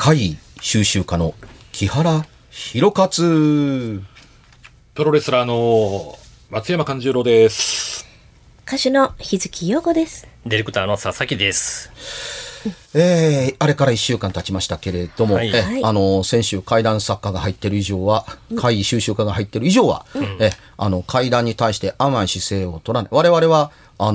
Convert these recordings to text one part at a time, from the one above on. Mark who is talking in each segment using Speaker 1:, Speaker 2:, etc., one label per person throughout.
Speaker 1: 怪異収集家の木原博勝、
Speaker 2: プロレスラーの松山勘十郎です。
Speaker 3: 歌手の日月陽子です。
Speaker 4: ディレクターの佐々木です。
Speaker 1: あれから1週間経ちましたけれども、先週怪談作家が入ってる以上は、怪異収集家が入ってる以上は、怪談に対して甘い姿勢を取らない。我々は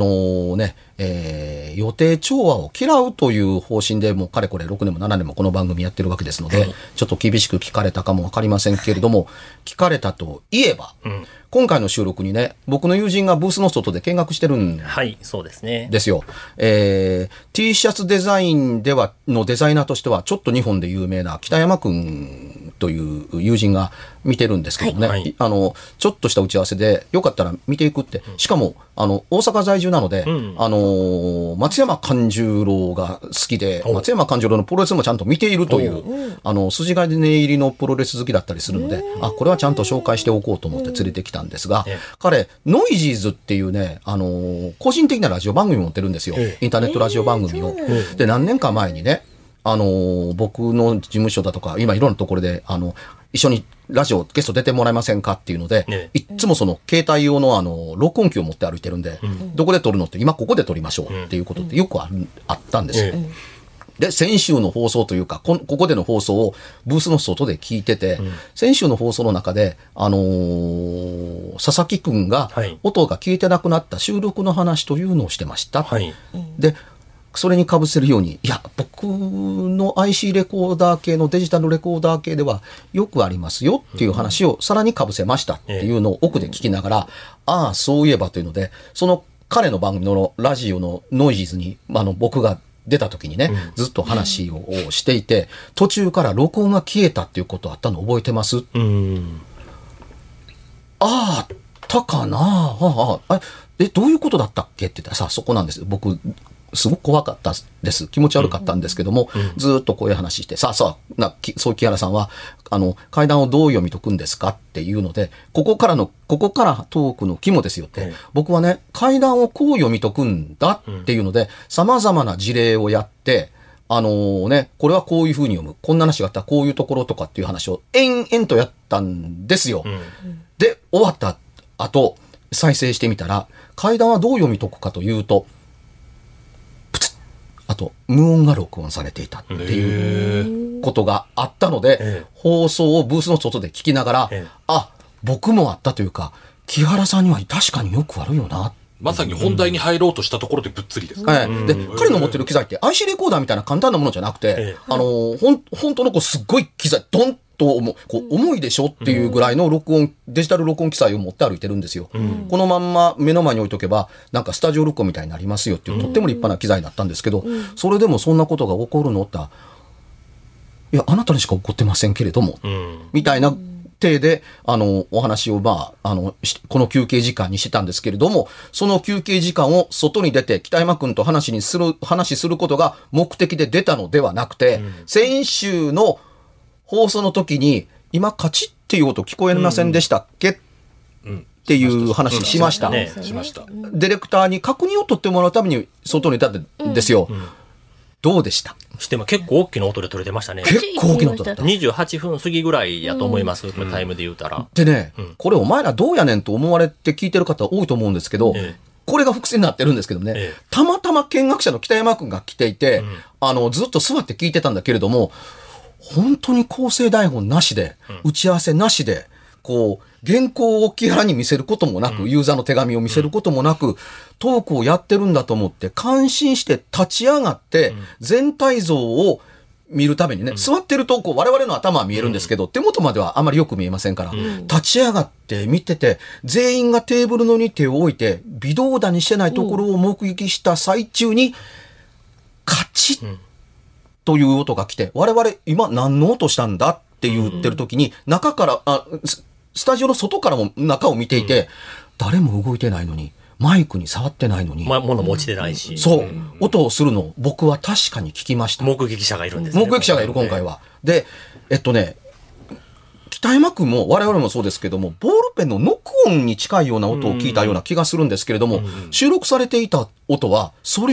Speaker 1: 予定調和を嫌うという方針でもうかれこれ6年も7年もこの番組やってるわけですので、ちょっと厳しく聞かれたかもわかりませんけれども、聞かれたといえば、今回の収録にね、僕の友人がブースの外で見学してるん
Speaker 4: そうですね。
Speaker 1: ですよ。T シャツデザインではのデザイナーとしてはちょっと日本で有名な北山くんという友人が見てるんですけどね、ちょっとした打ち合わせでよかったら見ていくって、しかも大阪在住なので、松山勘十郎が好きで、松山勘十郎のプロレスもちゃんと見ているという、筋金入りのプロレス好きだったりするので、これはちゃんと紹介しておこうと思って連れてきたんですが、彼ノイジーズっていうね、個人的なラジオ番組を持ってるんですよ、インターネットラジオ番組を。で、何年か前にね、僕の事務所だとか今いろんなところで一緒にラジオゲスト出てもらえませんかっていうので、いつもその携帯用の録音機を持って歩いてるんで、どこで撮るのって今ここで撮りましょうっていうことってよくあったんですよ。で、先週の放送というかここでの放送をブースの外で聞いてて、先週の放送の中で佐々木くんが音が消えてなくなった収録の話というのをしてました。で、それに被せるように、いや、僕の IC レコーダー系のデジタルレコーダー系ではよくありますよっていう話をさらに被せましたっていうのを奥で聞きながら、ああ、そういえばというので、その彼の番組のラジオのノイジーズに、僕が出た時にね、ずっと話をしていて、途中から録音が消えたっていうことあったの覚えてます？あったかなどういうことだったっけって言ったらさ、そこなんですよ。僕、すごく怖かったです。気持ち悪かったんですけども、ずっとこういう話して、そう木原さんは、怪談をどう読み解くんですかっていうので、ここからトークの肝ですよって、僕はね、怪談をこう読み解くんだっていうので、様々な事例をやって、これはこういう風に読む。こんな話があったらこういうところとかっていう話を延々とやったんですよ。で、終わった後、再生してみたら、怪談はどう読み解くかというと、あと無音が録音されていたっていうことがあったので、放送をブースの外で聞きながら、僕もあったというか、木原さんには確かによくあるよな。
Speaker 2: まさに本題に入ろうとしたところでぶっつりですか。
Speaker 1: で、彼の持ってる機材って IC レコーダーみたいな簡単なものじゃなくて、本当のすっごい機材、ドンと重いでしょっていうぐらいのデジタル録音機材を持って歩いてるんですよ。このまんま目の前に置いとけば、なんかスタジオ録音みたいになりますよっていう、とっても立派な機材だったんですけど、それでもそんなことが起こるのって、いや、あなたにしか起こってませんけれども、みたいな体で、お話をこの休憩時間にしてたんですけれども、その休憩時間を外に出て北山くんと話することが目的で出たのではなくて、先週の放送の時に、今カチッっていう音聞こえませんでしたっけっていう話しました。ディレクターに確認を取ってもらうために外に出たんですよ。どうでした？
Speaker 4: しても結構大きな音で撮れてましたね。
Speaker 1: 結構大きな音だった。
Speaker 4: 28分過ぎぐらいやと思います。タイムで言うたら。
Speaker 1: でね、これお前らどうやねんと思われて聞いてる方多いと思うんですけど、これが伏線になってるんですけどね、たまたま見学者の北山くんが来ていて、ずっと座って聞いてたんだけれども、本当に構成台本なしで、打ち合わせなしで、原稿を木原に見せることもなく、ユーザーの手紙を見せることもなく、トークをやってるんだと思って、感心して立ち上がって、全体像を見るためにね、座ってると我々の頭は見えるんですけど、手元まではあまりよく見えませんから、立ち上がって見てて、全員がテーブルの上に手を置いて、微動だにしてないところを目撃した最中に、カチッという音が来て、我々今何の音したんだって言ってる時に、中から、スタジオの外からも中を見ていて、誰も動いてないのに、マイクに触ってないのに。
Speaker 4: 物持ちてないし。
Speaker 1: そう。音をするのを僕は確かに聞きました。
Speaker 4: 目撃者がいるんですね。
Speaker 1: 目撃者がいる、今回は。で、北山くんも我々もそうですけども、ボールペンのノック音に近いような音を聞いたような気がするんですけれども、収録されていた音はそれよりも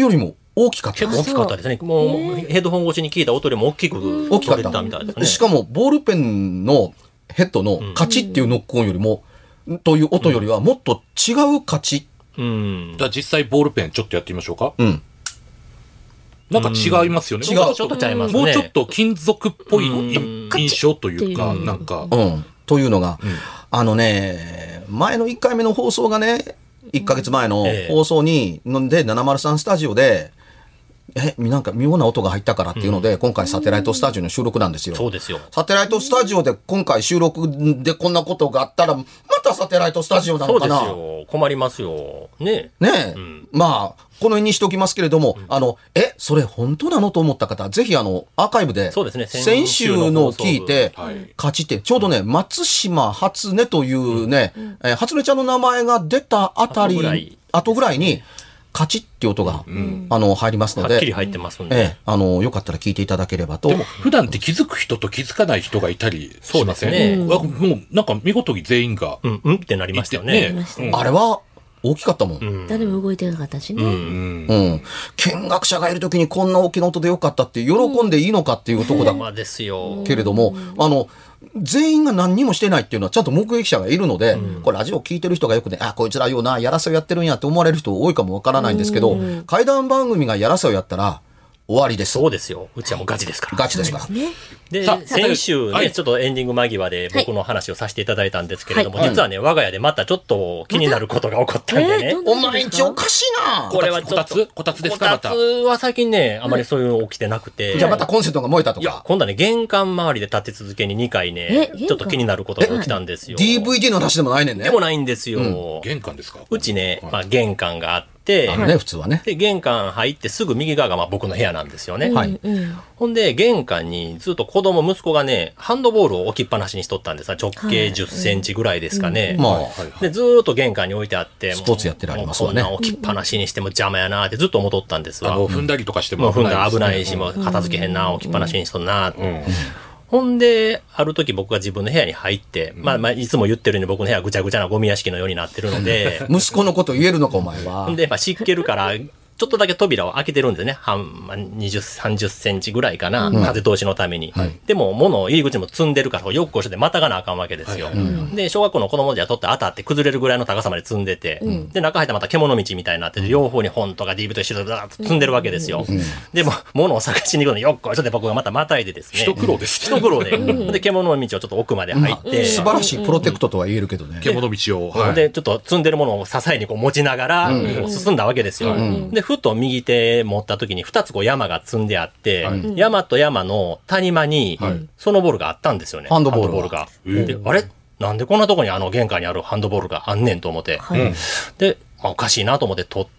Speaker 1: 大きかった。
Speaker 4: 結構大きかったですね。もうヘッドホン越しに聞いた音よりも大きく撮れたみたいですね。
Speaker 1: しかもボールペンのヘッドのカチっていうノック音よりも、という音よりはもっと違うカチ。
Speaker 2: じゃあ実際ボールペンちょっとやってみましょうか。なんか違いますよね。
Speaker 1: 違う。
Speaker 4: ちょっと違いますね。
Speaker 2: もうちょっと金属っぽい印象というか、なんか。
Speaker 1: というのが、前の1回目の放送がね、1ヶ月前の放送に、で、703スタジオで、なんか妙な音が入ったからっていうので、今回サテライトスタジオの収録なんですよ。
Speaker 4: そうですよ。
Speaker 1: サテライトスタジオで今回収録でこんなことがあったら、またサテライトスタジオなのかな。
Speaker 4: そうですよ。困りますよ。ね
Speaker 1: え。まあ、この辺にしておきますけれども、それ本当なのと思った方、ぜひアーカイブで、先週のを聞いて、勝ちって、ちょうどね、松島初音というね、初音ちゃんの名前が出たあたり、後ぐらいに、カチッって音が、入りますので。
Speaker 4: はっきり入ってますんで。
Speaker 1: よかったら聞いていただければと。
Speaker 2: でも、普段って気づく人と気づかない人がいたりしません？もう、なんか見事に全員が。
Speaker 4: ってなりましたよね。
Speaker 1: あれは、大きかったもん。
Speaker 3: 誰も動いてなかったしね。
Speaker 1: 見学者がいるときにこんな大きな音でよかったって喜んでいいのかっていうとこだけれども、全員が何にもしてないっていうのはちゃんと目撃者がいるので、これラジオ聞いてる人がよくね、こいつらような、やらせをやってるんやって思われる人多いかもわからないんですけど、怪談番組がやらせをやったら、終わりです。
Speaker 4: そうですよ。うちはもうガチですから。
Speaker 1: ガチですから。
Speaker 4: で、先週ね、ちょっとエンディング間際で僕の話をさせていただいたんですけれども、実はね、我が家でまたちょっと気になることが起こったんでね。
Speaker 1: お前んちおかしいな。
Speaker 4: これはちょっと。
Speaker 2: こたつですか？
Speaker 4: こたつは最近ね、あまりそういうの起きてなくて。
Speaker 1: じゃあまたコンセントが燃えたとか。
Speaker 4: いや、今度はね、玄関周りで立て続けに2回ね、ちょっと気になることが起きたんですよ。
Speaker 1: DVD の話でもないねんね。
Speaker 4: でもないんですよ。
Speaker 2: 玄関ですか？
Speaker 4: うちね、玄関があって、
Speaker 1: 普通はね。
Speaker 4: で、玄関入ってすぐ右側が僕の部屋なんですよね。ほんで、玄関にずっと息子がね、ハンドボールを置きっぱなしにしとったんです。直径10センチぐらいですかね。で、ずーっと玄関に置いてあって、
Speaker 1: スポーツやってられますわね。
Speaker 4: こんな置きっぱなしにしても邪魔やなってずっと思っとったんですわ。
Speaker 2: 踏んだりとかしても
Speaker 4: 踏んだら危ないし、もう片付けへんな、置きっぱなしにしとんな。ほんで、ある時僕が自分の部屋に入って、いつも言ってるように僕の部屋はぐちゃぐちゃなゴミ屋敷のようになってるので。
Speaker 1: 息子のこと言えるのか、お前は。
Speaker 4: ほんで、湿気るから、ちょっとだけ扉を開けてるんですね。20、30センチぐらいかな。風通しのために。でも、物を入り口も積んでるから、よっこいしょでまたがなあかんわけですよ。で、小学校の子供じゃ取って当たって崩れるぐらいの高さまで積んでて、で、中入ったらまた獣道みたいになってて、両方に本とか DV と一緒でザーッと積んでるわけですよ。でも、物を探しに行くのよっこいしょで僕がまたまたいでですね。
Speaker 2: 一苦労です。
Speaker 4: 一苦労で。で、獣道をちょっと奥まで入って。
Speaker 1: 素晴らしいプロテクトとは言えるけどね。
Speaker 2: 獣道を。
Speaker 4: で、ちょっと積んでるものを支えにこう持ちながら、進んだわけですよ。で、ふと右手持った時に2つこう山が積んであって、山と山の谷間に、そのボールがあったんですよね。
Speaker 1: ハンドボール
Speaker 4: が。で、あれなんでこんなとこに玄関にあるハンドボールがあんねんと思って。で、おかしいなと思って取って、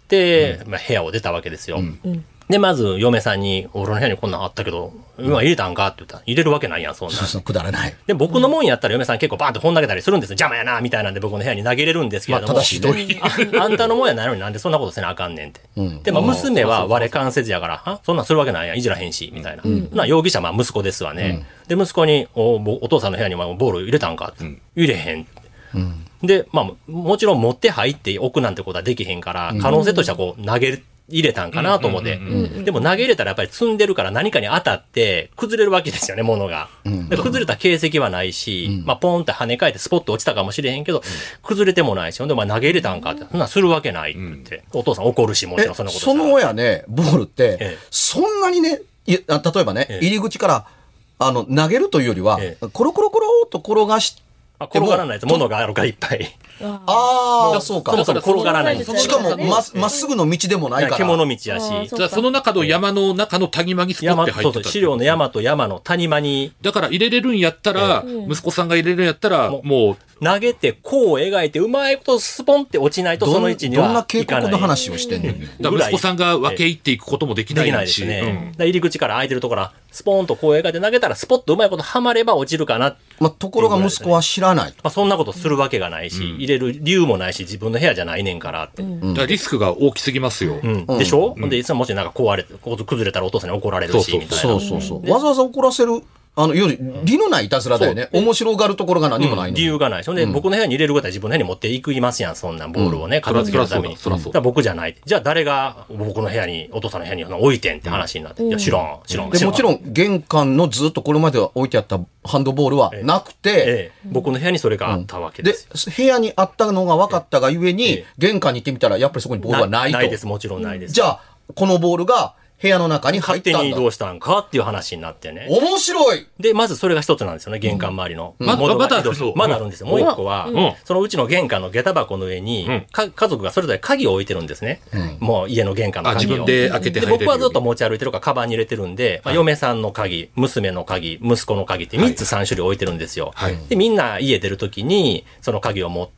Speaker 4: 部屋を出たわけですよ。で、まず、嫁さんに、俺の部屋にこんなんあったけど、今入れたんかって言ったら、入れるわけないやん、そんな。
Speaker 1: くだらない。
Speaker 4: で、僕のもんやったら嫁さん結構バーンと本投げたりするんですよ。邪魔やな、みたいなんで僕の部屋に投げれるんですけれども。
Speaker 1: ただしどい。
Speaker 4: あんたのもんやないのになんでそんなことせなあかんねんって。で、娘は我関せずやから、そんなんするわけないやん、いじらへんし、みたいな。容疑者は息子ですわね。で、息子に、お父さんの部屋にボール入れたんかって。入れへん。で、もちろん持って入って置くなんてことはできへんから、可能性としてはこう投げ入れたんかなと思って。でも投げ入れたらやっぱり積んでるから何かに当たって崩れるわけですよね、物が。で崩れた形跡はないし、ポンって跳ね返ってスポッと落ちたかもしれへんけど、崩れてもないし、ほんで投げ入れたんかって、そんなんするわけないって言って。お父さん怒るし、もちろんそんなこと
Speaker 1: その親ね、ボールって、そんなにね、例えばね、入り口から投げるというよりは、コロコロコロっと転がして、
Speaker 4: 転がらないです。物があるからいっぱい。
Speaker 1: ああ、そうか。
Speaker 4: そもそも転がらないんです。
Speaker 1: しかも、まっすぐの道でもないから。
Speaker 4: 獣道やし。
Speaker 2: じゃあ、その中の山の中の谷間にスポッて入ってた。
Speaker 4: そうそう、資料の山と山の谷間に。
Speaker 2: だから入れれるんやったら、息子さんが入れるんやったら、もう。
Speaker 4: 投げて、こう描いて、うまいことスポンって落ちないと、その位置には。
Speaker 1: どんな警告の話をしてんの
Speaker 2: 息子さんが分け入っていくこともできないし。
Speaker 4: できないですね。入り口から空いてるところ、スポンとこう描いて投げたら、スポッとうまいことはまれば落ちるかな。
Speaker 1: ところが息子は知らない。
Speaker 4: そんなことするわけがないし、入れる理由もないし、自分の部屋じゃないねんからって。
Speaker 2: だからリスクが大きすぎますよ。
Speaker 4: でしょで、いつももしなんか壊れて、崩れたらお父さんに怒られるし、みたいな。
Speaker 1: そう。わざわざ怒らせるいわゆる理のないいたずらだよね。面白がるところが何もないの。
Speaker 4: 理由がない。そんで、僕の部屋に入れることは自分の部屋に持っていきますやん、そんなボールをね、片付けるために。だから僕じゃない。じゃあ誰が僕の部屋に、お父さんの部屋に置いてんって話になって。いや、知らん。
Speaker 1: で、もちろん玄関のずっとこれまでは置いてあったハンドボールはなくて、
Speaker 4: 僕の部屋にそれがあったわけです。
Speaker 1: で、部屋にあったのが分かったがゆえに、玄関に行ってみたら、やっぱりそこにボールはないと。
Speaker 4: ないです、もちろんないです。
Speaker 1: じゃあ、このボールが、部屋の中に入ったんだ。
Speaker 4: 勝手に移動したんかっていう話になってね。
Speaker 1: 面白い。
Speaker 4: で、まずそれが一つなんですよね、玄関周りの。まだあるんですよ。もう一個は、そのうちの玄関の下駄箱の上に、家族がそれぞれ鍵を置いてるんですね。もう家の玄関の鍵を。
Speaker 2: 自分で開けて入れる。
Speaker 4: 僕はずっと持ち歩いてるから、カバンに入れてるんで、嫁さんの鍵、娘の鍵、息子の鍵って3つ3種類置いてるんですよ。で、みんな家出るときに、その鍵を持って、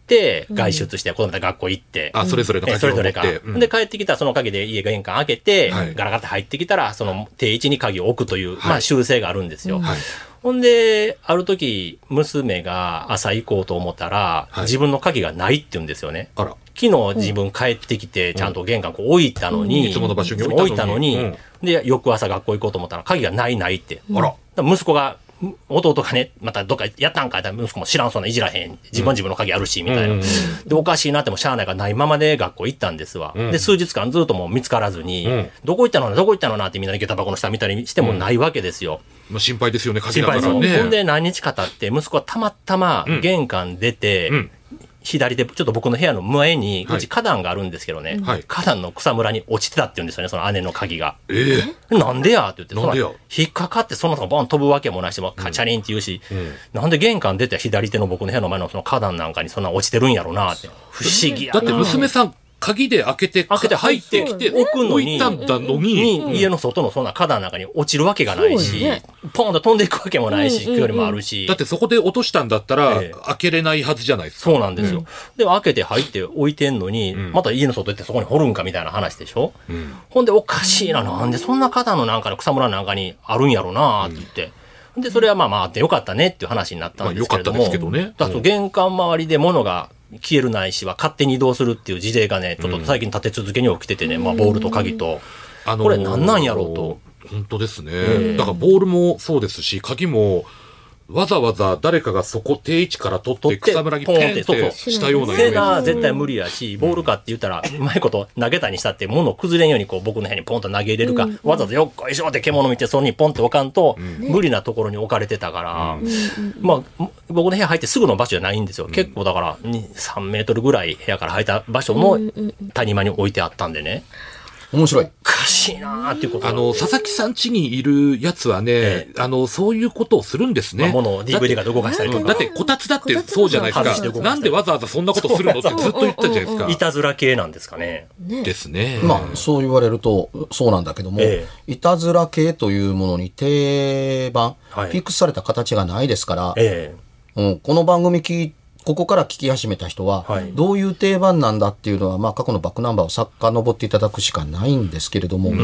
Speaker 4: 外出して、子供たち学校行って、
Speaker 2: それぞれの鍵を持って。それぞれか。
Speaker 4: で、帰ってきたらその鍵で家玄関開けて、ガラガラって入ってきたら、その定位置に鍵を置くという、習性があるんですよ。ほんで、ある時、娘が朝行こうと思ったら、自分の鍵がないって言うんですよね。昨日自分帰ってきて、ちゃんと玄関こう置いたのに、
Speaker 2: いつもの場所に
Speaker 4: 置いたのに、で、翌朝学校行こうと思ったら、鍵がないって。息子が、弟がね、またどっかやったんかって息子も知らん、そんないじらへん。自分の鍵あるし、みたいな。で、おかしいなってもしゃあないからないままで学校行ったんですわ。で、数日間ずっともう見つからずに、どこ行ったのなってみんなで下駄箱の下見たりしてもないわけですよ。
Speaker 2: 心配ですよね、鍵
Speaker 4: だ
Speaker 2: からね。
Speaker 4: ほんで何日か経って、息子はたまたま玄関出て、左でちょっと僕の部屋の前に、うち花壇があるんですけどね、花壇の草むらに落ちてたって言うんですよね、その姉の鍵が。なんでやって言って、引っかかってそのままボン飛ぶわけもないし、カチャリンって言うし、なんで玄関出て左手の僕の部屋の前のその花壇なんかにそんな落ちてるんやろうなって。不思議やな。
Speaker 2: だって娘さん、鍵で開けて入ってきて
Speaker 4: 置くのに、
Speaker 2: 置いたんだのに、
Speaker 4: 家の外のそんな花壇の中に落ちるわけがないし、ポンと飛んでいくわけもないし、距離もあるし。
Speaker 2: だってそこで落としたんだったら、開けれないはずじゃないですか。
Speaker 4: そうなんですよ。で、開けて入って置いてんのに、また家の外行ってそこに掘るんかみたいな話でしょ。ほんでおかしいな、なんでそんな花壇のなんかの草むらなんかにあるんやろなって言って。で、それはまああってよかったねっていう話になったんですけれども。
Speaker 2: よかったですけどね。
Speaker 4: だと玄関周りで物が消えるないしは勝手に移動するっていう事例がね、ちょっと最近立て続けに起きててね、ボールと鍵と。これ何なんやろうと。
Speaker 2: 本当ですね。だからボールもそうですし、鍵も、わざわざ誰かがそこ定位置から取って草むらにペンってしたようなイメージ。
Speaker 4: セナ絶対無理やし、ボールかって言ったら、うまいこと投げたにしたって、物崩れんようにこう僕の部屋にポンと投げ入れるか、わざわざよっこいしょって獣見てそこにポンって置かんと、無理なところに置かれてたから、まあ、僕の部屋入ってすぐの場所じゃないんですよ。結構だから3メートルぐらい部屋から入った場所の谷間に置いてあったんでね。
Speaker 1: 面白い。
Speaker 4: おかしいなーっていうこと。
Speaker 2: 佐々木さん家にいるやつはね、そういうことをするんですね。
Speaker 4: 物を DVD が動かしたりとか。
Speaker 2: だってこたつだってそうじゃないですか。なんでわざわざそんなことするのってずっと言ったじゃないですか。
Speaker 4: いたずら系なんですかね。
Speaker 2: ですね。
Speaker 1: まあ、そう言われるとそうなんだけども、いたずら系というものに定番、フィックスされた形がないですから、この番組ここから聞き始めた人は、どういう定番なんだっていうのは、まあ、過去のバックナンバーを遡っていただくしかないんですけれども、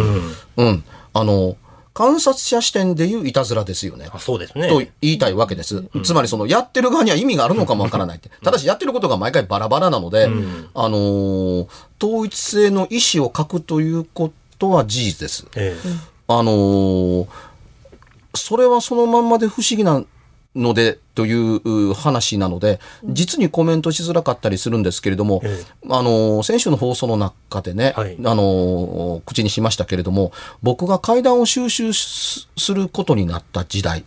Speaker 1: 観察者視点でいういたずらですよね。
Speaker 4: そうですね。
Speaker 1: と言いたいわけです。つまり、やってる側には意味があるのかもわからないって。ただし、やってることが毎回バラバラなので、統一性の意思を書くということは事実です。それはそのまんまで不思議なのでという話なので、実にコメントしづらかったりするんですけれども、先週の放送の中でね、口にしましたけれども、僕が怪談を収集することになった時代、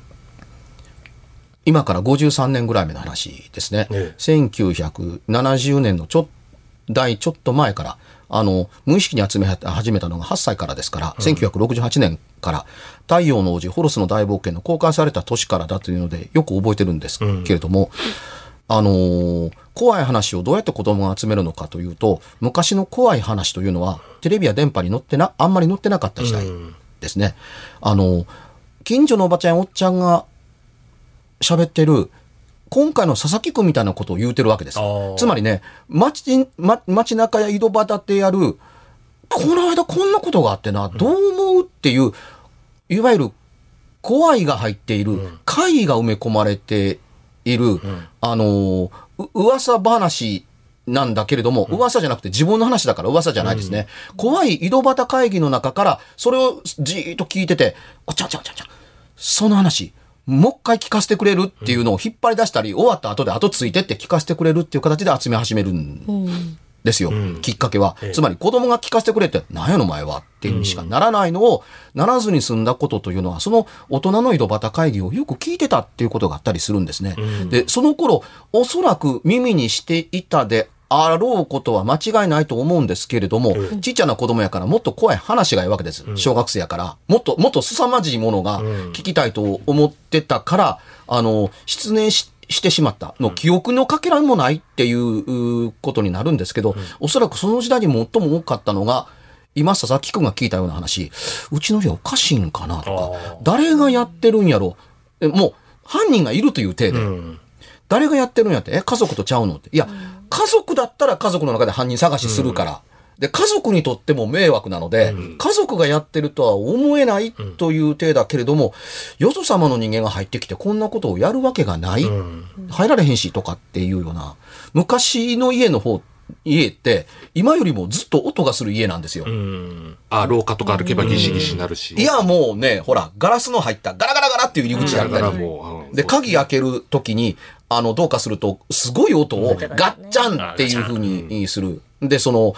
Speaker 1: 今から53年ぐらい前の話ですね。1970年のちょっと前から、無意識に集め始めたのが8歳からですから、1968年から太陽の王子ホロスの大冒険の公開された年からだというのでよく覚えてるんですけれども、怖い話をどうやって子供が集めるのかというと、昔の怖い話というのはテレビや電波にあんまり載ってなかった時代ですね。近所のおばちゃんおっちゃんが喋ってる今回の佐々木君みたいなことを言うてるわけです。つまりね、街中や井戸端でやる、この間こんなことがあってな、どう思うっていう、いわゆる怖いが入っている、怪異が埋め込まれている、噂話なんだけれども、噂じゃなくて自分の話だから噂じゃないですね。怖い井戸端会議の中から、それをじーっと聞いてて、おちゃんちゃんちゃんちゃん。 その話、もう一回聞かせてくれるっていうのを引っ張り出したり、終わった後で後ついてって聞かせてくれるっていう形で集め始めるんですよ、きっかけは。つまり子供が聞かせてくれって、何やの前はっていうにしかならないのを、ならずに済んだことというのは、その大人の井戸端会議をよく聞いてたっていうことがあったりするんですね。で、その頃、おそらく耳にしていたであろうことは間違いないと思うんですけれども、ちっちゃな子供やからもっと怖い話がいいわけです。小学生やから。もっと凄まじいものが聞きたいと思ってたから、失念してしまったの、記憶のかけらもないっていうことになるんですけど、おそらくその時代に最も多かったのが、今佐々木くんが聞いたような話、うちの家おかしいんかなとか、誰がやってるんやろ、もう犯人がいるという体で、誰がやってるんやって、家族とちゃうのって。いや、家族だったら家族の中で犯人探しするから。で、家族にとっても迷惑なので、家族がやってるとは思えないという体だけれども、よそ様の人間が入ってきてこんなことをやるわけがない。入られへんしとかっていうような、昔の家って、今よりもずっと音がする家なんですよ。
Speaker 2: 廊下とか歩けばギシギシになるし。
Speaker 1: いや、もうね、ほら、ガラスの入ったガラガラガラっていう入り口だったり。で、鍵開けるときに、どうかすると、すごい音をガッチャンっていう風にする。で、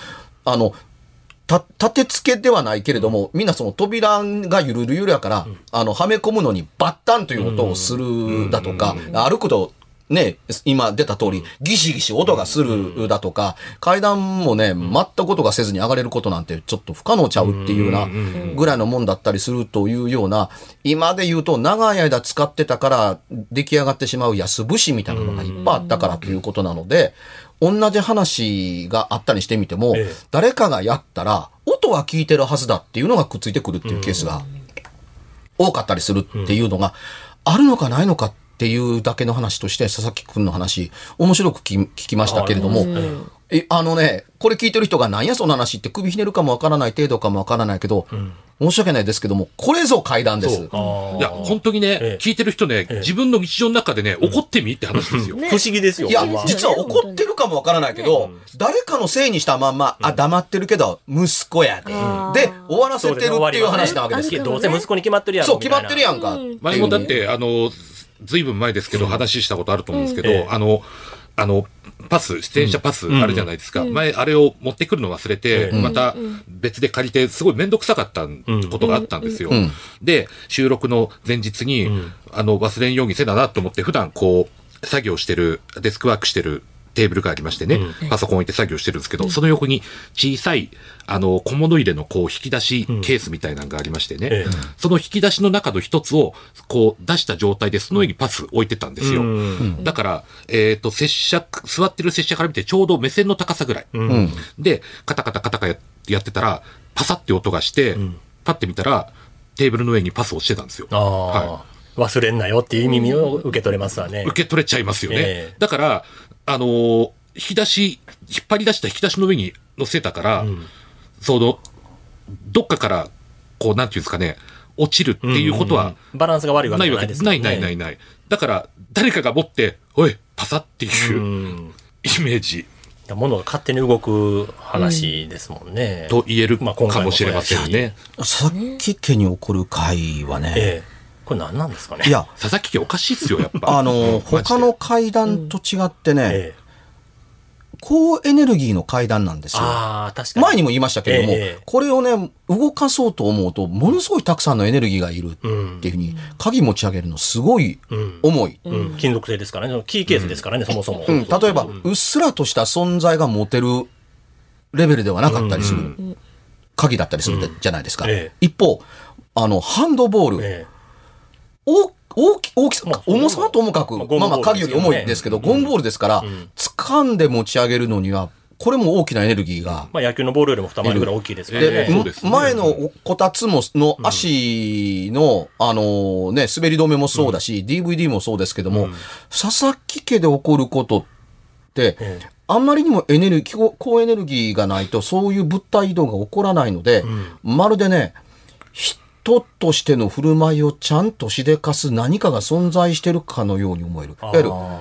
Speaker 1: 立て付けではないけれども、みんなその扉がゆるゆるやから、はめ込むのにバッタンという音をするだとか、歩くと、ね、今出た通り、ギシギシ音がするだとか、階段もね、全く音がせずに上がれることなんてちょっと不可能ちゃうっていうようなぐらいのもんだったりするというような、今で言うと長い間使ってたから出来上がってしまう安節みたいなのがいっぱいあったからということなので、同じ話があったりしてみても、誰かがやったら音は聞いてるはずだっていうのがくっついてくるっていうケースが多かったりするっていうのがあるのかないのかっていうだけの話として佐々木くんの話面白く聞きましたけれども、これ聞いてる人が何やその話って首ひねるかもわからない程度かもわからないけど、申し訳ないですけども、これぞ怪談です。い
Speaker 2: や、本当にね、聞いてる人ね、自分の日常の中でね、怒ってみって話ですよ。
Speaker 4: 不思議ですよ。
Speaker 1: いや、実は怒ってるかもわからないけど、誰かのせいにしたまんま、黙ってるけど、息子やで。で、終わらせてるっていう話なわけですよ。
Speaker 4: どうせ息子に決まってるやん。
Speaker 1: そう、決まってるやんか。
Speaker 2: 前もだって、ずいぶん前ですけど、話したことあると思うんですけど、自転車パスあるじゃないですか。前、あれを持ってくるの忘れて、また別で借りて、すごいめんどくさかったことがあったんですよ。で、収録の前日に、忘れんようにせななと思って、普段作業してる、デスクワークしてるテーブルがありましてね、パソコン置いて作業してるんですけど、その横に小さい、小物入れの引き出しケースみたいなのがありましてね、その引き出しの中の一つを、出した状態でその上にパス置いてたんですよ。だから、座ってる拙者から見てちょうど目線の高さぐらい。で、カタカタやってたら、パサって音がして、パッて見たら、テーブルの上にパスをしてたんですよ。
Speaker 4: 忘れんなよっていう意味を受け取れますわね。
Speaker 2: 受け取れちゃいますよね。だから、引っ張り出した引き出しの上に乗せたから、どっかから、なんていうんですかね、落ちるっていうことは、
Speaker 4: バランスが悪いわけじゃないですね。
Speaker 2: ない。だから、誰かが持って、おい、パサっていうイメージ。
Speaker 4: 物が勝手に動く話ですもんね。
Speaker 2: と言えるかもしれませんね。
Speaker 1: 佐々木家に起こる怪はね、
Speaker 4: これ何なんですかね。
Speaker 1: いや、
Speaker 2: 佐々木家おかしいっすよ、やっぱ。
Speaker 1: 他の怪談と違ってね、高エネルギーの怪談なんですよ。
Speaker 4: 確かに。
Speaker 1: 前にも言いましたけれども、これをね、動かそうと思うと、ものすごいたくさんのエネルギーがいるっていうふうに、鍵持ち上げるのすごい重い。
Speaker 4: 金属製ですからね。キーケースですからね、そもそも。
Speaker 1: 例えば、うっすらとした存在が持てるレベルではなかったりする。鍵だったりするじゃないですか。一方、ハンドボール。大きさ、重さはともかく、鍵より重いですけど、ゴムボールですから、掴んで持ち上げるのには、これも大きなエネルギーが。
Speaker 4: 野球のボールよりも二回りぐらい大きいですからね。
Speaker 1: 前のこたつの足の、滑り止めもそうだし、DVD もそうですけども、佐々木家で起こることって、あんまりにも高エネルギーがないと、そういう物体移動が起こらないので、まるでね、人としての振る舞いをちゃんとしでかす何かが存在してるかのように思える。いわゆる、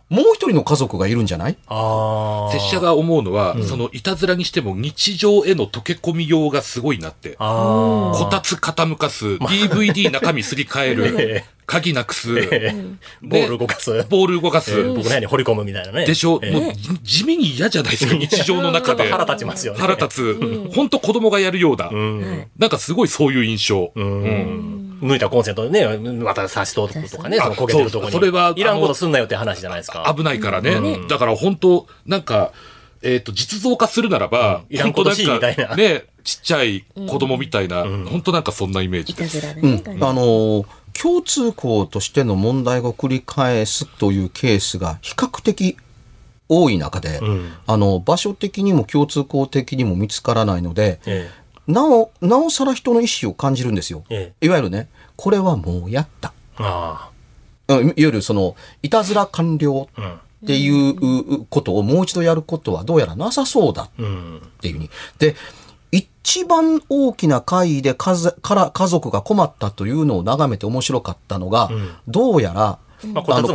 Speaker 1: もう一人の家族がいるんじゃない？
Speaker 2: 拙者が思うのは、そのいたずらにしても日常への溶け込みようがすごいなって。こたつ傾かす、DVD 中身すり替える、鍵なくす、
Speaker 4: ボール動かす。
Speaker 2: 僕
Speaker 4: の部屋に掘り込むみたいなね。
Speaker 2: でしょ、もう地味に嫌じゃないですか、日常の中で。
Speaker 4: 腹立ちますよね。
Speaker 2: 腹立つ。ほんと子供がやるようだ。なんかすごいそういう印象。
Speaker 4: 抜いたコンセントね、また差し通すとかね、その焦げてるとこに。
Speaker 2: それはい
Speaker 4: らんことすんなよって話じゃないですか。
Speaker 2: 危ないからね。だから本当なんか、実像化するならば、
Speaker 4: いらんことしいみたいな。
Speaker 2: ね、ちっちゃい子供みたいな、本当なんかそんなイメージです。
Speaker 1: 共通項としての問題を繰り返すというケースが比較的多い中で、場所的にも共通項的にも見つからないので、なおさら人の意思を感じるんですよ。いわゆるね、これはもうやった。いわゆるその、いたずら完了っていうことをもう一度やることはどうやらなさそうだっていうふうに。で、一番大きな会議で家族が困ったというのを眺めて面白かったのが、どうやら、こたつ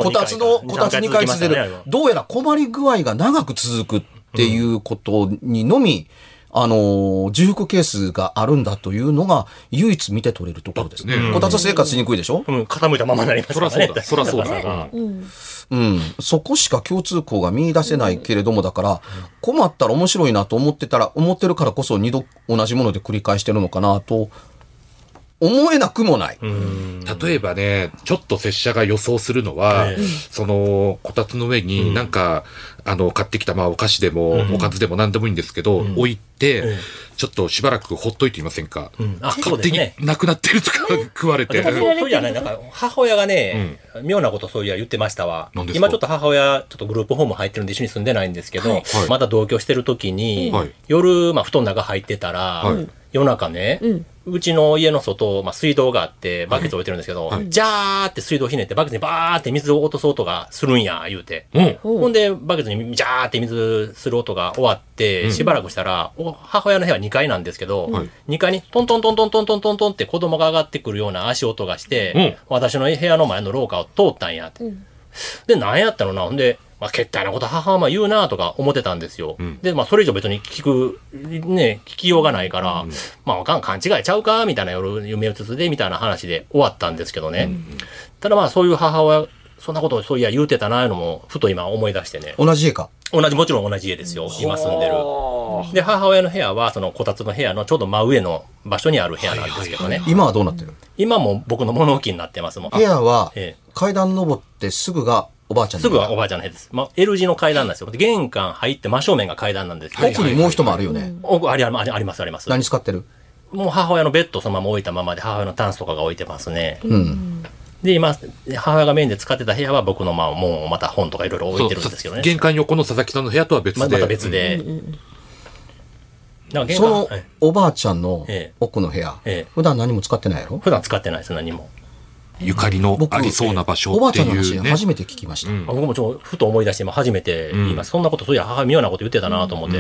Speaker 1: 2回続いてる、どうやら困り具合が長く続くっていうことにのみ、重複ケースがあるんだというのが唯一見て取れるところですね。こたつ生活しにくいでしょ？
Speaker 4: 傾いたままになりますからね。
Speaker 2: そらそうだ。
Speaker 1: そこしか共通項が見出せないけれども、だから困ったら面白いなと思ってるからこそ二度同じもので繰り返してるのかなと思えなくもない。
Speaker 2: 例えばね、ちょっと拙者が予想するのは、そのこたつの上になんか、買ってきたお菓子でも、おかずでも何でもいいんですけど、置いて、ちょっとしばらくほっといていませんか？勝手になくなってるとか食われて。
Speaker 4: そういやね、なんか母親がね、妙なことそういや言ってましたわ。今ちょっと母親、ちょっとグループホーム入ってるんで一緒に住んでないんですけど、まだ同居してる時に、夜、布団の中入ってたら、夜中ね、うちの家の外、水道があって、バケツ置いてるんですけど、ジャーって水道ひねって、バケツにバーって水を落とす音がするんや、言うて。ほんで、バケツにジャーって水する音が終わって、しばらくしたら、母親の部屋は2階なんですけど、2階にトントントントントントントントンって子供が上がってくるような足音がして、私の部屋の前の廊下を通ったんやって。で、何やったのな、ほんで、けったいなこと母は言うなとか思ってたんですよ。で、それ以上別に聞きようがないから、勘違いちゃうかみたいな夢うつつでみたいな話で終わったんですけどね。ただそういう母親、そんなことをそういや言うてたなのも、ふと今思い出してね。
Speaker 1: 同じ家か？
Speaker 4: もちろん同じ家ですよ。今住んでる。で、母親の部屋は、そのこたつの部屋のちょうど真上の場所にある部屋なんですけどね。
Speaker 1: 今はどうなってる？
Speaker 4: 今も僕の物置になってますもん。
Speaker 1: 部屋は、階段登ってすぐが、おばあちゃん
Speaker 4: すぐはおばあちゃんの部屋です。L 字の階段なんですよ。玄関入って真正面が階段なんですよ。
Speaker 1: 奥にもう一間あるよね。
Speaker 4: 奥ありますあります。
Speaker 1: 何使ってる？
Speaker 4: もう母親のベッドそのまま置いたままで母親のタンスとかが置いてますね。で、今、母親がメインで使ってた部屋は僕のもうまた本とかいろいろ置いてるんですけどね。
Speaker 2: 玄関横の佐々木さんの部屋とは別で。
Speaker 4: また別で。
Speaker 1: そのおばあちゃんの奥の部屋、普段何も使ってないやろ？
Speaker 4: 普段使ってないです、何も。
Speaker 2: ゆかりのありそうな場所っていう、ね、
Speaker 1: おばあちゃんの話初めて聞きました。
Speaker 4: 僕もふと思い出して今初めて言います。そんなことそういや母妙なこと言ってたなと思って。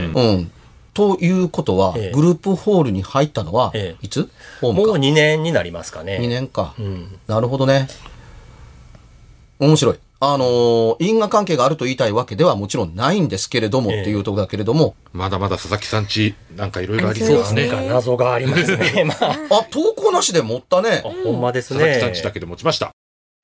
Speaker 1: ということは、グループホールに入ったのは、いつ？
Speaker 4: もう2年になりますかね。
Speaker 1: 2年か。なるほどね。面白い。因果関係があると言いたいわけではもちろんないんですけれども、っていうところだけれども。
Speaker 2: まだまだ佐々木さんち、なんかいろいろありそうですね。
Speaker 4: 謎がありますね。
Speaker 1: 投稿なしで持ったね。
Speaker 4: ほんまですね。
Speaker 2: 佐々木さんちだけで持ちました。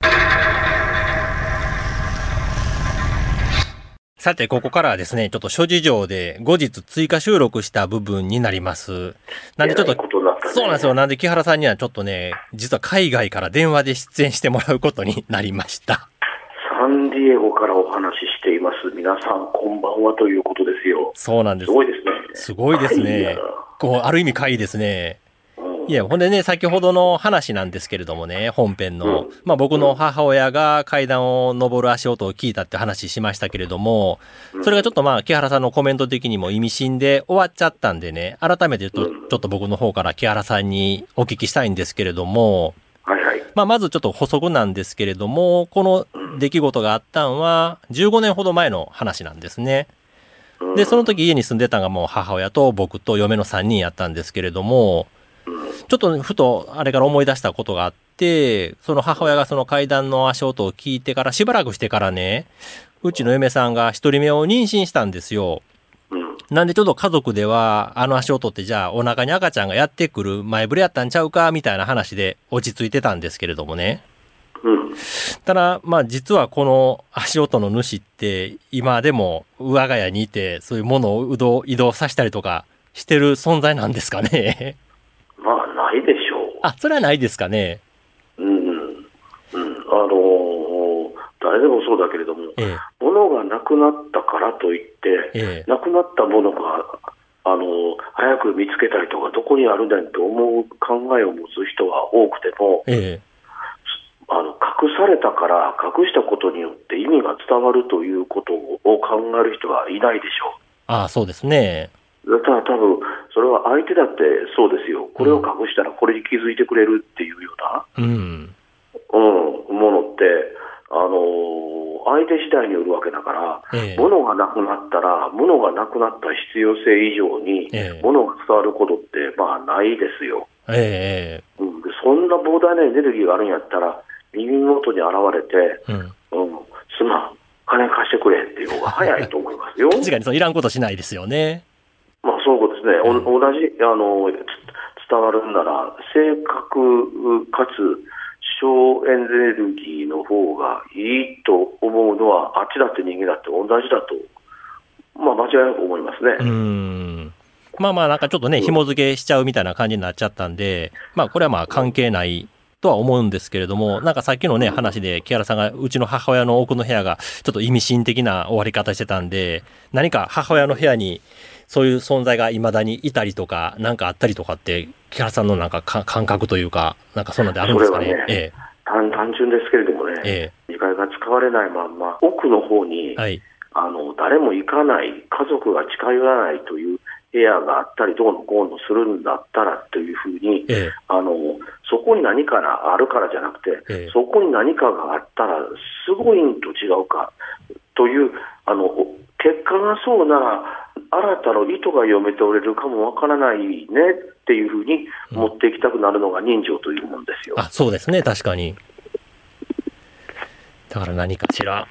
Speaker 4: さて、ここからはですね、ちょっと諸事情で後日追加収録した部分になります。なんでちょっと、そうなんですよ。なんで木原さんにはちょっとね、実は海外から電話で出演してもらうことになりました。
Speaker 5: サンディエゴからお話ししています。皆さんこんばんはということですよ。
Speaker 4: そうなんです。
Speaker 5: すごいですね。
Speaker 4: すごいですね。ある意味怪異ですね。いや、ほんでね、先ほどの話なんですけれどもね、本編の、僕の母親が階段を登る足音を聞いたって話しましたけれども、それがちょっと木原さんのコメント的にも意味深で終わっちゃったんでね、改めてちょっと僕の方から木原さんにお聞きしたいんですけれども、まずちょっと補足なんですけれども、この出来事があったんは15年ほど前の話なんですね。で、その時家に住んでたのがもう母親と僕と嫁の3人やったんですけれども、ちょっとふとあれから思い出したことがあって、その母親がその階段の足音を聞いてからしばらくしてからね、 うちの嫁さんが一人目を妊娠したんですよ。なんでちょっと家族では、足音ってじゃあお腹に赤ちゃんがやってくる前触れやったんちゃうかみたいな話で落ち着いてたんですけれどもね。ただ、実はこの足音の主って今でも我が家にいて、そういうものを移動させたりとかしてる存在なんですかね。
Speaker 5: ないでしょう。
Speaker 4: それはないですかね。
Speaker 5: 誰でもそうだけれども、物がなくなったからといって、なくなったものが早く見つけたりとか、どこにあるんだと思う考えを持つ人は多くても、隠されたから隠したことによって意味が伝わるということを考える人はいないでしょう。
Speaker 4: そうですね。
Speaker 5: ただ多分それは相手だってそうですよ。これを隠したらこれに気づいてくれるっていうような、ものって相手次第によるわけだから、物がなくなったら物がなくなった必要性以上に、物が伝わることってないですよ。そんな膨大なエネルギーがあるんやったら耳元に現れて、すまん、金貸してくれっていう方が早いと思いますよ。
Speaker 4: 確かにそういらんことしないですよね。
Speaker 5: そういうことですね。同じ伝わるんなら正確かつ省エネルギーの方がいいと思うのは、あっちだって人間だって同じだと、間違いなく思いますね。
Speaker 4: なんかちょっとね、紐付けしちゃうみたいな感じになっちゃったんで、これは関係ないとは思うんですけれども、なんかさっきのね、話で木原さんがうちの母親の奥の部屋がちょっと意味深的な終わり方してたんで、何か母親の部屋にそういう存在が未だにいたりとか、なんかあったりとかって、木原さんのなんか感覚というか、なんかそんなんであるんですかね。
Speaker 5: それはね、単純ですけれどもね、2階が使われないまんま、奥の方に、誰も行かない、家族が近寄らないという部屋があったり、どうのこうのするんだったらというふうに、そこに何かがあるからじゃなくて、そこに何かがあったら、すごいんと違うかという、結果がそうなら、新たな意図が読め取れるかもわからないねっていうふうに持っていきたくなるのが人情というもんですよ。
Speaker 4: そうですね、確かに。だから何かしら。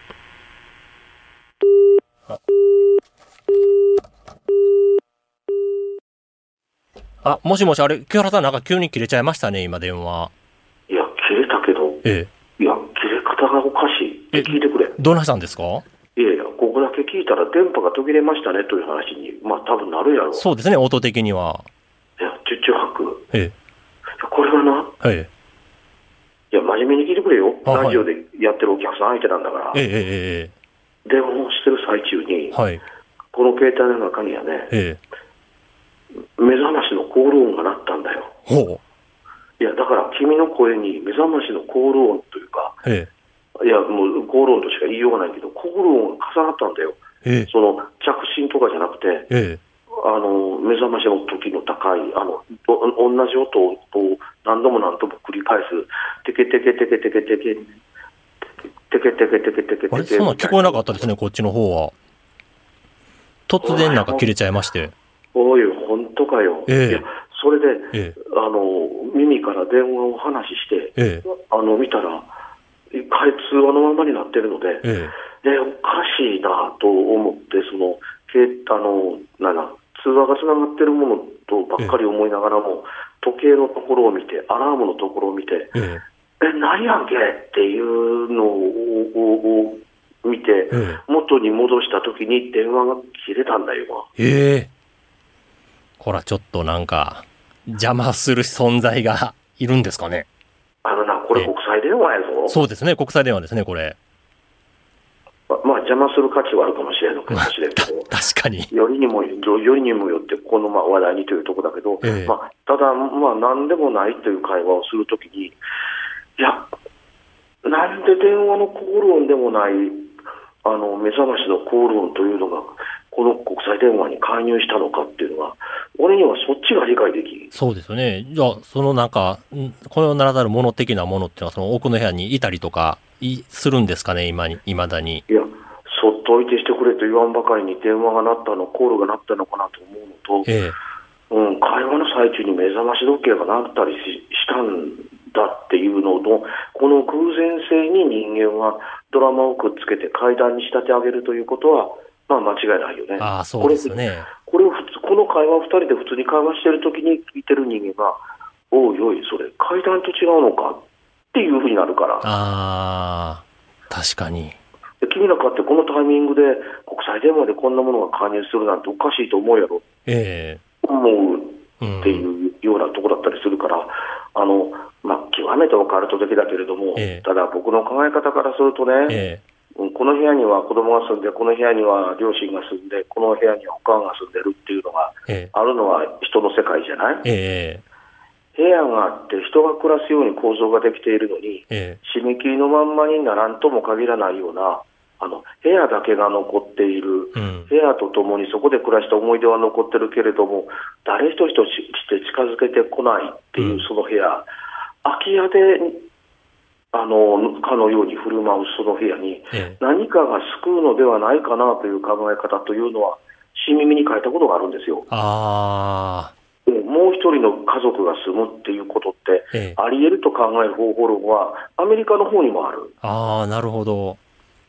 Speaker 4: もしもし、木原さんなんか急に切れちゃいましたね、今電話。
Speaker 5: いや、切れたけど、いや、切れ方がおかしいって聞いてくれ。
Speaker 4: どうなしたんですか？
Speaker 5: いやいや、ここだけ聞いたら電波が途切れましたねという話に、多分なるやろう。
Speaker 4: そうですね、音的には。
Speaker 5: いや、十中八九。これはな、いや、真面目に聞いてくれよ。ラジオでやってるお客さん相手なんだから。電話をしてる最中に、この携帯の中にはね、目覚ましのコール音が鳴ったんだよ。いや、だから君の声に目覚ましのコール音というか、いや、もうコール音としか言いようがないけど、コール音が重なったんだよ。その着信とかじゃなくて、目覚ましの時の高い、同じ音を何度も繰り返す、テケテケテケテケテケ、テケテケテケテケテケ。
Speaker 4: そんな聞こえなかったですね、こっちの方は。突然なんか切れちゃいまして。
Speaker 5: おい、本当かよ。いや、それで、耳から電話を話して、見たら、通話のままになってるので、おかしいなと思って、通話がつながってるものとばっかり思いながらも、時計のところを見て、アラームのところを見て、何やんけっていうのを見て、元に戻したときに電話が切れたんだよ。
Speaker 4: こらちょっとなんか、邪魔する存在がいるんですかね。
Speaker 5: これ国際電話やぞ。
Speaker 4: そうですね、国際電話ですね、これ。
Speaker 5: 邪魔する価値はあるかもしれんけど、
Speaker 4: 確かに。
Speaker 5: よりにもよって、この話題にというところだけど、ただ、何でもないという会話をするときに、いや、なんで電話のコール音でもない、目覚ましのコール音というのが、この国際電話に介入したのかっていうのは、俺にはそっちが理解でき。
Speaker 4: そうですよね。じゃあ、そのなんか、このならざるもの的なものっていうのは、その奥の部屋にいたりとかするんですかね、未だに。
Speaker 5: いや、そっと置いてしてくれと言わんばかりに電話が鳴ったの、コールが鳴ったのかなと思うのと、会話の最中に目覚まし時計が鳴ったりしたんだっていうのの、この偶然性に人間はドラマをくっつけて階段に仕立て上げるということは、まあ間違いないよね。
Speaker 4: ああ、そうですね。
Speaker 5: この会話を2人で普通に会話してるときに聞いてる人間が、おいおい、それ階段と違うのかっていうふうになるから。
Speaker 4: ああ、確かに。
Speaker 5: 君らかってこのタイミングで国際電話でこんなものが加入するなんておかしいと思うやろ、思うっていうようなところだったりするから、極めてオカルト的だけれども、ただ僕の考え方からするとね、この部屋には子供が住んで、この部屋には両親が住んで、この部屋にはおかんが住んでるっていうのがあるのは人の世界じゃない、部屋があって人が暮らすように構造ができているのに、締め切りのまんまにならんとも限らないような、部屋だけが残っている、部屋とともにそこで暮らした思い出は残ってるけれども、誰一人として近づけてこないっていうその部屋、空き家でかのように振る舞うその部屋に何かが救うのではないかなという考え方というのは新耳に書いたことがあるんですよ。もう一人の家族が住むっていうことってあり得ると考える方法論はアメリカの方にもある。
Speaker 4: なるほど。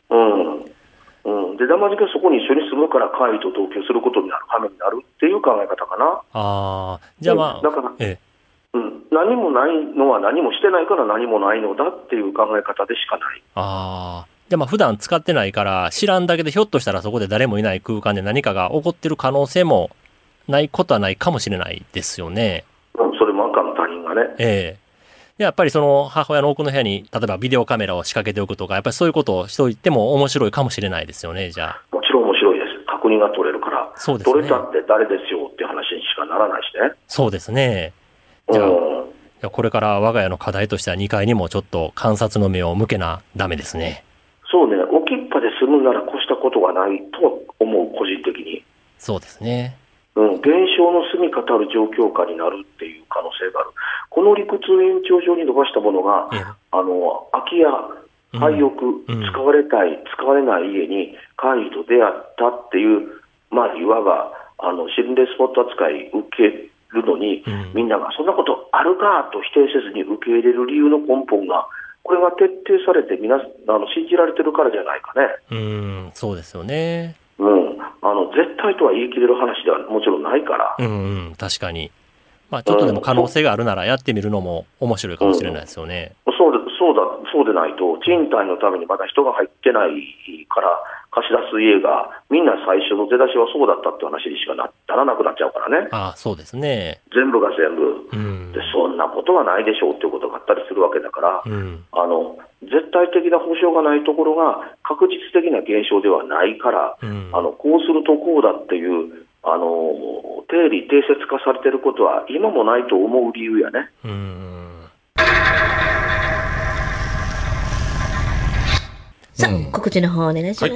Speaker 5: で、だまじけそこに一緒に住むから怪異と同居することになる、羽目になるっていう考え方かな。
Speaker 4: じゃあ
Speaker 5: だから、何もないのは何もしてないから何もないのだっていう考え方でしかない。
Speaker 4: じゃあ普段使ってないから知らんだけでひょっとしたらそこで誰もいない空間で何かが起こってる可能性もないことはないかもしれないですよね。
Speaker 5: それも赤の他人がね。
Speaker 4: やっぱりその母親の奥の部屋に例えばビデオカメラを仕掛けておくとか、やっぱりそういうことをしておいても面白いかもしれないですよね。じゃあ
Speaker 5: もちろん面白いです。確認が取れるから。
Speaker 4: そうですね。
Speaker 5: 取れたって誰ですよっていう話にしかならないしね。
Speaker 4: そうですね。じゃあこれから我が家の課題としては2階にもちょっと観察の目を向けなダメですね。
Speaker 5: そうね。置きっぱで住むなら越したことがないと思う、個人的に。
Speaker 4: そうですね。
Speaker 5: 現象の住みかたる状況下になるっていう可能性がある。この理屈を延長上に伸ばしたものが、空き家、廃屋、使われたい、使われない家に怪異と出会ったっていう、いわば心霊スポット扱い受けるのに、みんながそんなことあるかと否定せずに受け入れる理由の根本が、これが徹底されて信じられてるからじゃないかね。
Speaker 4: そうですよね。
Speaker 5: 絶対とは言い切れる話ではもちろんないから。
Speaker 4: 確かに。ちょっとでも可能性があるならやってみるのも面白いかもしれないですよね。
Speaker 5: そうでないと、賃貸のためにまだ人が入ってないから貸し出す家が、みんな最初の出だしはそうだったって話にしかならなくなっちゃうからね。
Speaker 4: そうですね。
Speaker 5: 全部が全部。で、そんなことはないでしょうっていうことがあったりするわけだから、絶対的な保証がないところが確実的な現象ではないから、こうするとこうだっていう、定理定説化されていることは今もないと思う理由やね。
Speaker 3: さあ、告知の方お願いします。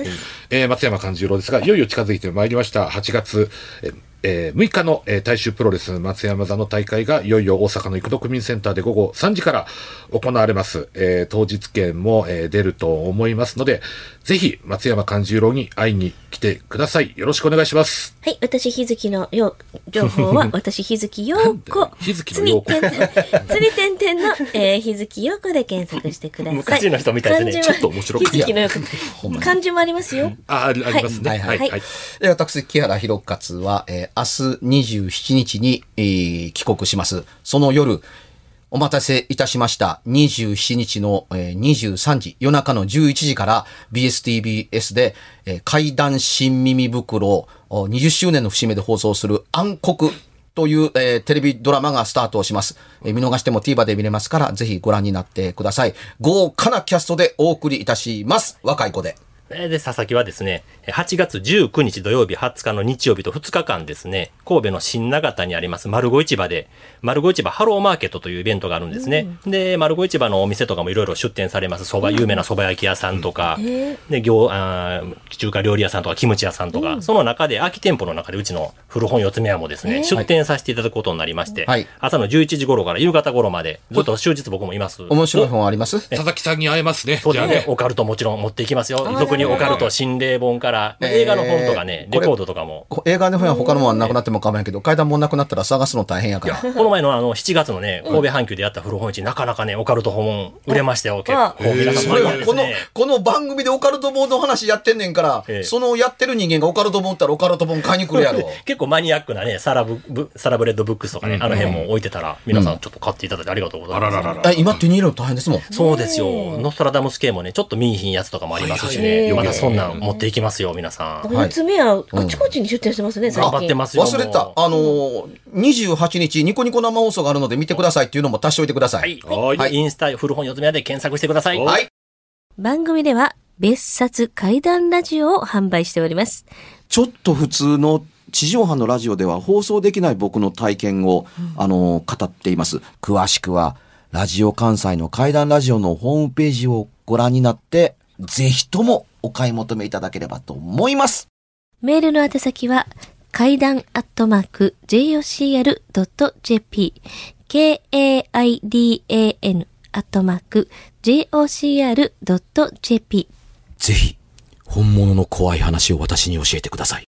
Speaker 2: 松山勘十郎ですが、いよいよ近づいてまいりました8月、6日の、大衆プロレス松山座の大会がいよいよ大阪の生野区民センターで午後3時から行われます。当日券も、出ると思いますので、ぜひ松山勘十郎に会いに来てください。よろしくお願いします。
Speaker 3: はい、私日月の情報は私日月陽子
Speaker 2: 日月の陽子
Speaker 3: 釣り点々の、日月陽子で検索してください。
Speaker 4: 昔の人みたいですね。ちょっと面白くて。
Speaker 3: 日月の陽子漢字もありますよ。
Speaker 2: ありますね。
Speaker 1: で、私木原弘勝は、明日27日に、帰国します。その夜、お待たせいたしました。27日の、23時、夜中の11時から BSTBS で、怪談新耳袋20周年の節目で放送する暗黒という、テレビドラマがスタートします。見逃しても TVer で見れますから、ぜひご覧になってください。豪華なキャストでお送りいたします。若い子で。
Speaker 4: で、佐々木はですね、8月19日土曜日、20日の日曜日と2日間ですね、神戸の新長田にあります丸子市場で、丸子市場ハローマーケットというイベントがあるんですね。で、丸子市場のお店とかもいろいろ出店されます。有名な蕎麦焼き屋さんとか、で、中華料理屋さんとかキムチ屋さんとか、その中で、空き店舗の中でうちの古本四つ目屋もですね、出店させていただくことになりまして、朝の11時頃から夕方頃まで、ずっと終日僕もいます。
Speaker 1: 面白い本あります？
Speaker 2: 佐々木さんに会えますね。
Speaker 4: そうですね。オカルトもちろん持っていきますよ。俗ににオカルト心霊本から、映画の本とかね、レコードとかも。
Speaker 1: 映画の本は他のものはなくなっても構わないけど、怪談もなくなったら探すの大変やから。
Speaker 4: この前の7月のね、神戸阪急でやった古本市、なかなかね、オカルト本売れましたよ、結構。皆さん、
Speaker 1: この番組でオカルト本の話やってんねんから、そのやってる人間がオカルト本売ったらオカルト本買いに来るやろ。
Speaker 4: 結構マニアックなね、サラブレッドブックスとかね、あの辺も置いてたら、皆さんちょっと買っていただいてありがとうございます。
Speaker 1: 今手に入れるの大変ですもん。
Speaker 4: そうですよ。ノストラダムス系もね、ちょっと見いひんやつとかもありますしね。またそんなん持っていきますよ、皆さん。
Speaker 3: 夏目はあちこちに出店してますね、最近。
Speaker 4: 頑張ってますよ。
Speaker 1: 忘れた。28日、ニコニコ生放送があるので見てくださいっていうのも足しておいてください。
Speaker 4: はい。インスタ、古本四つ目で検索してください。はい。
Speaker 3: 番組では、別冊怪談ラジオを販売しております。
Speaker 1: ちょっと普通の地上波のラジオでは放送できない僕の体験を、語っています。詳しくは、ラジオ関西の怪談ラジオのホームページをご覧になって、ぜひともお買い求めいただければと思います。
Speaker 3: メールの宛先は、怪談@jocr.jp KAIDAN@jocr.jp
Speaker 1: ぜひ、本物の怖い話を私に教えてください。